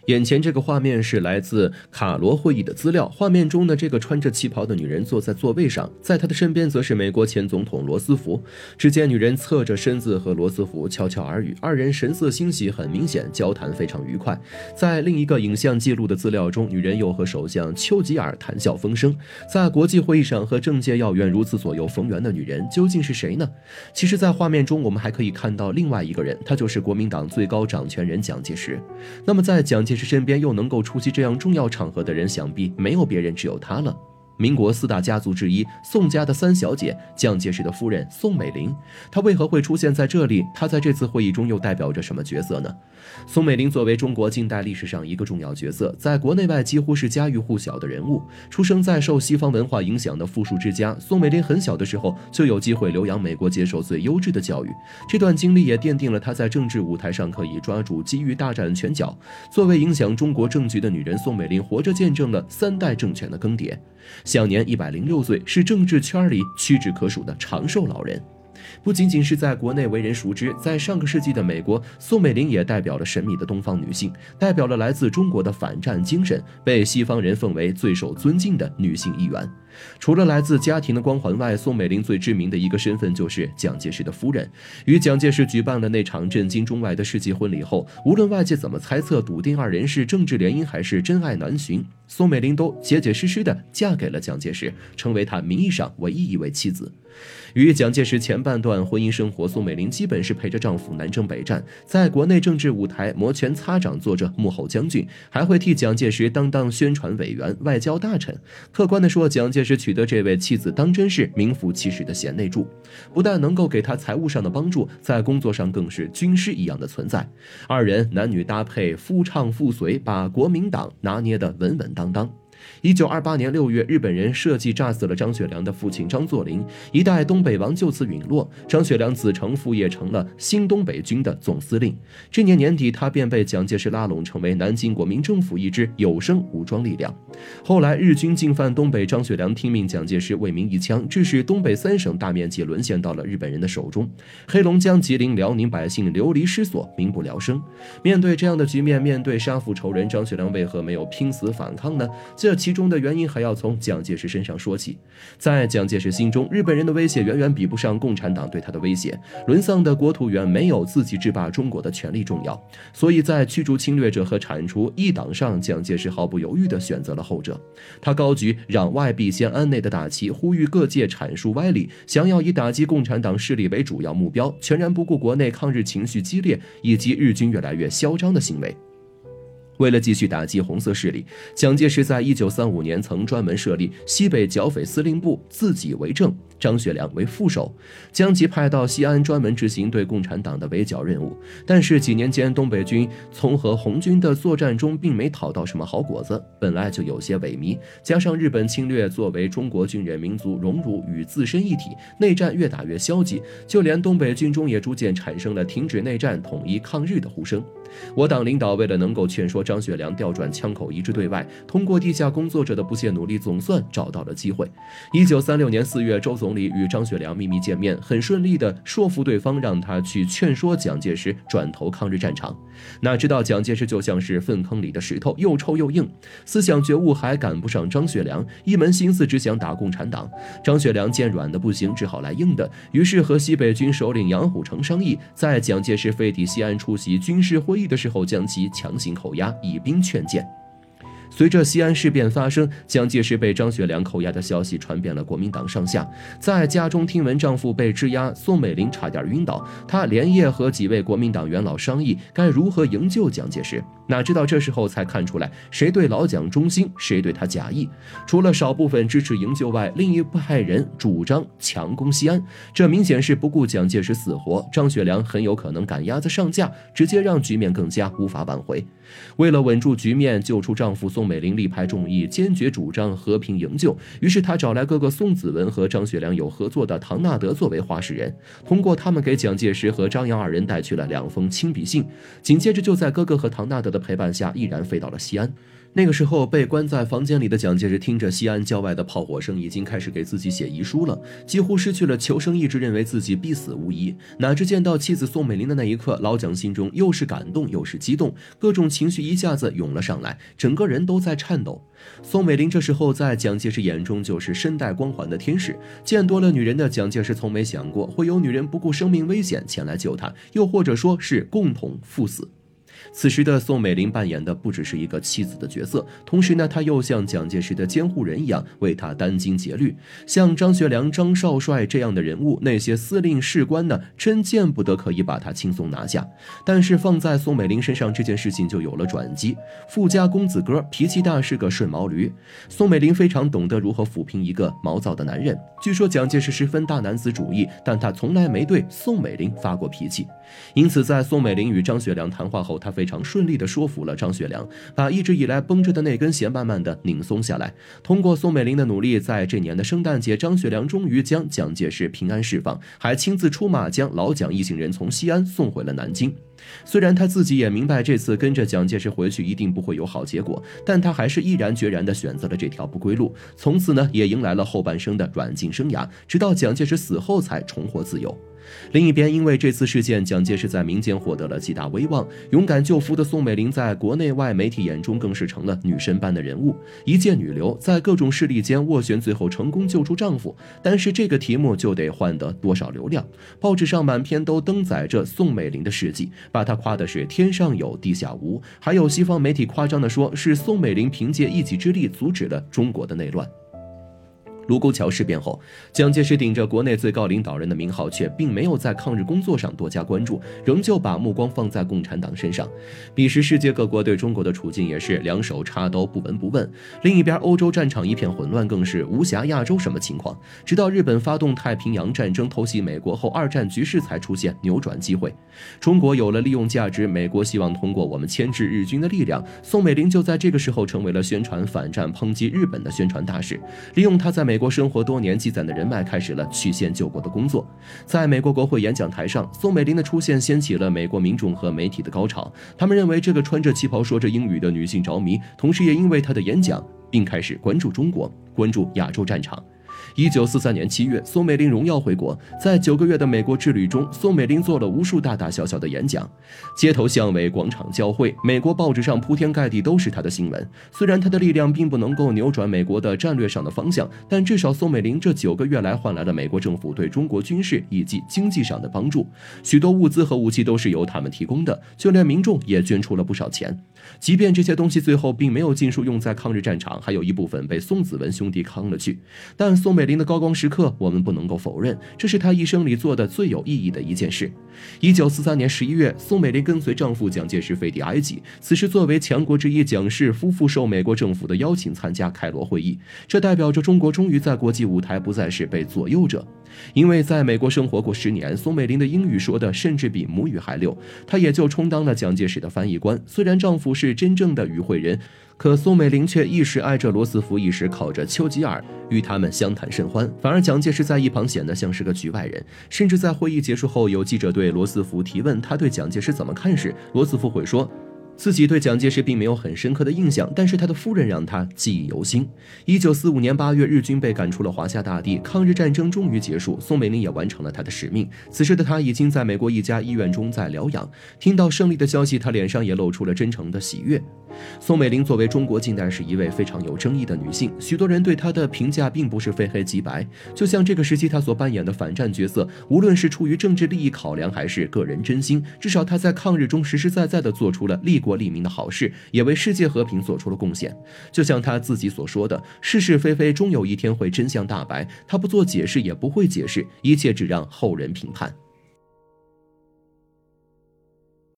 眼前这个画面是来自卡罗会议的资料，画面中的这个穿着旗袍的女人坐在座位上，在她的身边则是美国前总统罗斯福。只见女人侧着身子和罗斯福悄悄耳语，二人神色欣喜，很明显交谈非常愉快。在另一个影像记录的资料中，女人又和首相丘吉尔谈笑风生。在国际会议上和政界要员如此左右逢源的女人究竟是谁呢？其实在画面中我们还可以看到另外一个人，他就是国民党最高掌权人蒋介石。那么在蒋介石身边又能够出席这样重要场合的人，想必没有别人，只有他了。民国四大家族之一宋家的三小姐，蒋介石的夫人宋美龄，她为何会出现在这里？她在这次会议中又代表着什么角色呢？宋美龄作为中国近代历史上一个重要角色，在国内外几乎是家喻户晓的人物。出生在受西方文化影响的富庶之家，宋美龄很小的时候就有机会留洋美国，接受最优质的教育。这段经历也奠定了她在政治舞台上可以抓住机遇大展拳脚。作为影响中国政局的女人，宋美龄活着见证了3代政权的更迭。享年106岁，是政治圈里屈指可数的长寿老人。不仅仅是在国内为人熟知，在上个世纪的美国，宋美龄也代表了神秘的东方女性，代表了来自中国的反战精神，被西方人奉为最受尊敬的女性一员。除了来自家庭的光环外，宋美龄最知名的一个身份就是蒋介石的夫人。与蒋介石举办了那场震惊中外的世纪婚礼后，无论外界怎么猜测笃定二人是政治联姻还是真爱难寻，宋美龄都结结实实地嫁给了蒋介石，成为他名义上唯一一位妻子。与蒋介石前半段婚姻生活，宋美龄基本是陪着丈夫南征北战，在国内政治舞台摩拳擦掌，做着幕后将军，还会替蒋介石当宣传委员、外交大臣。客观地说，蒋介石取得这位妻子当真是名副其实的贤内助，不但能够给他财务上的帮助，在工作上更是军师一样的存在。二人男女搭配，夫唱妇随，把国民党拿捏得稳稳当当。1928年6月，日本人设计炸死了张学良的父亲张作霖，一代东北王就此陨落。张学良子承父业，成了新东北军的总司令。这年年底，他便被蒋介石拉拢，成为南京国民政府一支有生武装力量。后来日军进犯东北，张学良听命蒋介石为民一枪，致使东北3省大面积沦陷到了日本人的手中。黑龙江、吉林、辽宁百姓流离失所，民不聊生。面对这样的局面，面对杀父仇人，张学良为何没有拼死反抗呢？这其中的原因还要从蒋介石身上说起。在蒋介石心中，日本人的威胁远远比不上共产党对他的威胁，沦丧的国土远没有自己制霸中国的权力重要。所以在驱逐侵略者和铲除异党上，蒋介石毫不犹豫地选择了后者。他高举攘外必先安内的大旗，呼吁各界阐述歪理，想要以打击共产党势力为主要目标，全然不顾国内抗日情绪激烈以及日军越来越嚣张的行为。为了继续打击红色势力，蒋介石在1935年曾专门设立西北剿匪司令部，自己为正，张学良为副手，将其派到西安专门执行对共产党的围剿任务。但是几年间，东北军从和红军的作战中并没讨到什么好果子，本来就有些萎靡，加上日本侵略作为中国军人民族荣辱与自身一体，内战越打越消极，就连东北军中也逐渐产生了停止内战、统一抗日的呼声。我党领导为了能够劝说张学良调转枪口一致对外，通过地下工作者的不懈努力，总算找到了机会。1936年4月，周总理与张学良秘密见面，很顺利地说服对方，让他去劝说蒋介石转投抗日战场。哪知道蒋介石就像是粪坑里的石头，又臭又硬，思想觉悟还赶不上张学良，一门心思只想打共产党。张学良见软的不行，只好来硬的，于是和西北军首领杨虎城商议，在蒋介石飞抵西安出席军事会议的时候，将其强行扣押，以兵劝谏。随着西安事变发生，蒋介石被张学良扣押的消息传遍了国民党上下。在家中听闻丈夫被羁押，宋美龄差点晕倒，她连夜和几位国民党元老商议该如何营救蒋介石。哪知道这时候才看出来，谁对老蒋忠心，谁对他假意。除了少部分支持营救外，另一派人主张强攻西安，这明显是不顾蒋介石死活。张学良很有可能赶鸭子上架，直接让局面更加无法挽回。为了稳住局面，救出丈夫宋美龄力排众议，坚决主张和平营救。于是他找来哥哥宋子文和张学良有合作的唐纳德作为话事人，通过他们给蒋介石和张杨二人带去了2封亲笔信。紧接着就在哥哥和唐纳德的陪伴下，毅然飞到了西安。那个时候被关在房间里的蒋介石听着西安郊外的炮火声，已经开始给自己写遗书了，几乎失去了求生意志，认为自己必死无疑。哪知见到妻子宋美龄的那一刻，老蒋心中又是感动又是激动，各种情绪一下子涌了上来，整个人都在颤抖。宋美龄这时候在蒋介石眼中就是身带光环的天使，见多了女人的蒋介石从没想过会有女人不顾生命危险前来救他，又或者说是共同赴死。此时的宋美龄扮演的不只是一个妻子的角色，同时呢，她又像蒋介石的监护人一样为他殚精竭虑。像张学良、张少帅这样的人物，那些司令士官呢，真见不得可以把他轻松拿下。但是放在宋美龄身上，这件事情就有了转机。富家公子哥，脾气大，是个顺毛驴。宋美龄非常懂得如何抚平一个毛躁的男人。据说蒋介石十分大男子主义，但他从来没对宋美龄发过脾气。因此在宋美龄与张学良谈话后，他非常顺利地说服了张学良，把一直以来绷着的那根弦慢慢地拧松下来。通过宋美龄的努力，在这年的圣诞节，张学良终于将蒋介石平安释放，还亲自出马将老蒋一行人从西安送回了南京。虽然他自己也明白这次跟着蒋介石回去一定不会有好结果，但他还是毅然决然地选择了这条不归路，从此呢也迎来了后半生的软禁生涯，直到蒋介石死后才重获自由。另一边，因为这次事件，蒋介石在民间获得了极大威望，勇敢救夫的宋美龄在国内外媒体眼中更是成了女神般的人物，一介女流在各种势力间斡旋，最后成功救出丈夫。但是这个题目就得换得多少流量？报纸上满篇都登载着宋美龄的事迹，把她夸的是天上有地下无，还有西方媒体夸张地说是宋美龄凭借一己之力阻止了中国的内乱。卢沟桥事变后，蒋介石顶着国内最高领导人的名号，却并没有在抗日工作上多加关注，仍旧把目光放在共产党身上。彼时世界各国对中国的处境也是两手插刀，不闻不问。另一边，欧洲战场一片混乱，更是无暇亚洲什么情况。直到日本发动太平洋战争偷袭美国后，二战局势才出现扭转机会。中国有了利用价值，美国希望通过我们牵制日军的力量。宋美龄就在这个时候成为了宣传反战、抨击日本的宣传大使，利用她在美国生活多年积攒的人脉，开始了曲线救国的工作。在美国国会演讲台上，宋美龄的出现掀起了美国民众和媒体的高潮。他们认为这个穿着旗袍说着英语的女性着迷，同时也因为她的演讲，并开始关注中国，关注亚洲战场。1943年7月，宋美龄荣耀回国。在9个月的美国之旅中，宋美龄做了无数大大小小的演讲，街头巷尾、广场教会，美国报纸上铺天盖地都是她的新闻。虽然她的力量并不能够扭转美国的战略上的方向，但至少宋美龄这9个月来换来了美国政府对中国军事以及经济上的帮助，许多物资和武器都是由他们提供的，就连民众也捐出了不少钱。即便这些东西最后并没有尽数用在抗日战场，还有一部分被宋子文兄弟扛了去，但宋美龄的高光时刻我们不能够否认，这是她一生里做的最有意义的一件事。1943年11月，宋美龄跟随丈夫蒋介石飞抵埃及，此时作为强国之一，蒋氏夫妇受美国政府的邀请参加开罗会议，这代表着中国终于在国际舞台不再是被左右者。因为在美国生活过10年，宋美龄的英语说的甚至比母语还溜，她也就充当了蒋介石的翻译官。虽然丈夫是真正的与会人，可宋美龄却一时挨着罗斯福，一时靠着丘吉尔，与他们相谈甚欢。反而蒋介石在一旁显得像是个局外人。甚至在会议结束后，有记者对罗斯福提问他对蒋介石怎么看时，罗斯福会说自己对蒋介石并没有很深刻的印象，但是他的夫人让他记忆犹新。1945年8月，日军被赶出了华夏大地，抗日战争终于结束，宋美龄也完成了她的使命。此时的她已经在美国一家医院中在疗养。听到胜利的消息，她脸上也露出了真诚的喜悦。宋美龄作为中国近代史一位非常有争议的女性，许多人对她的评价并不是非黑即白。就像这个时期她所扮演的反战角色，无论是出于政治利益考量还是个人真心，至少她在抗日中实实在在地做出了利国利民的好事，也为世界和平做出了贡献。就像她自己所说的，是是非非终有一天会真相大白，她不做解释也不会解释，一切只让后人评判。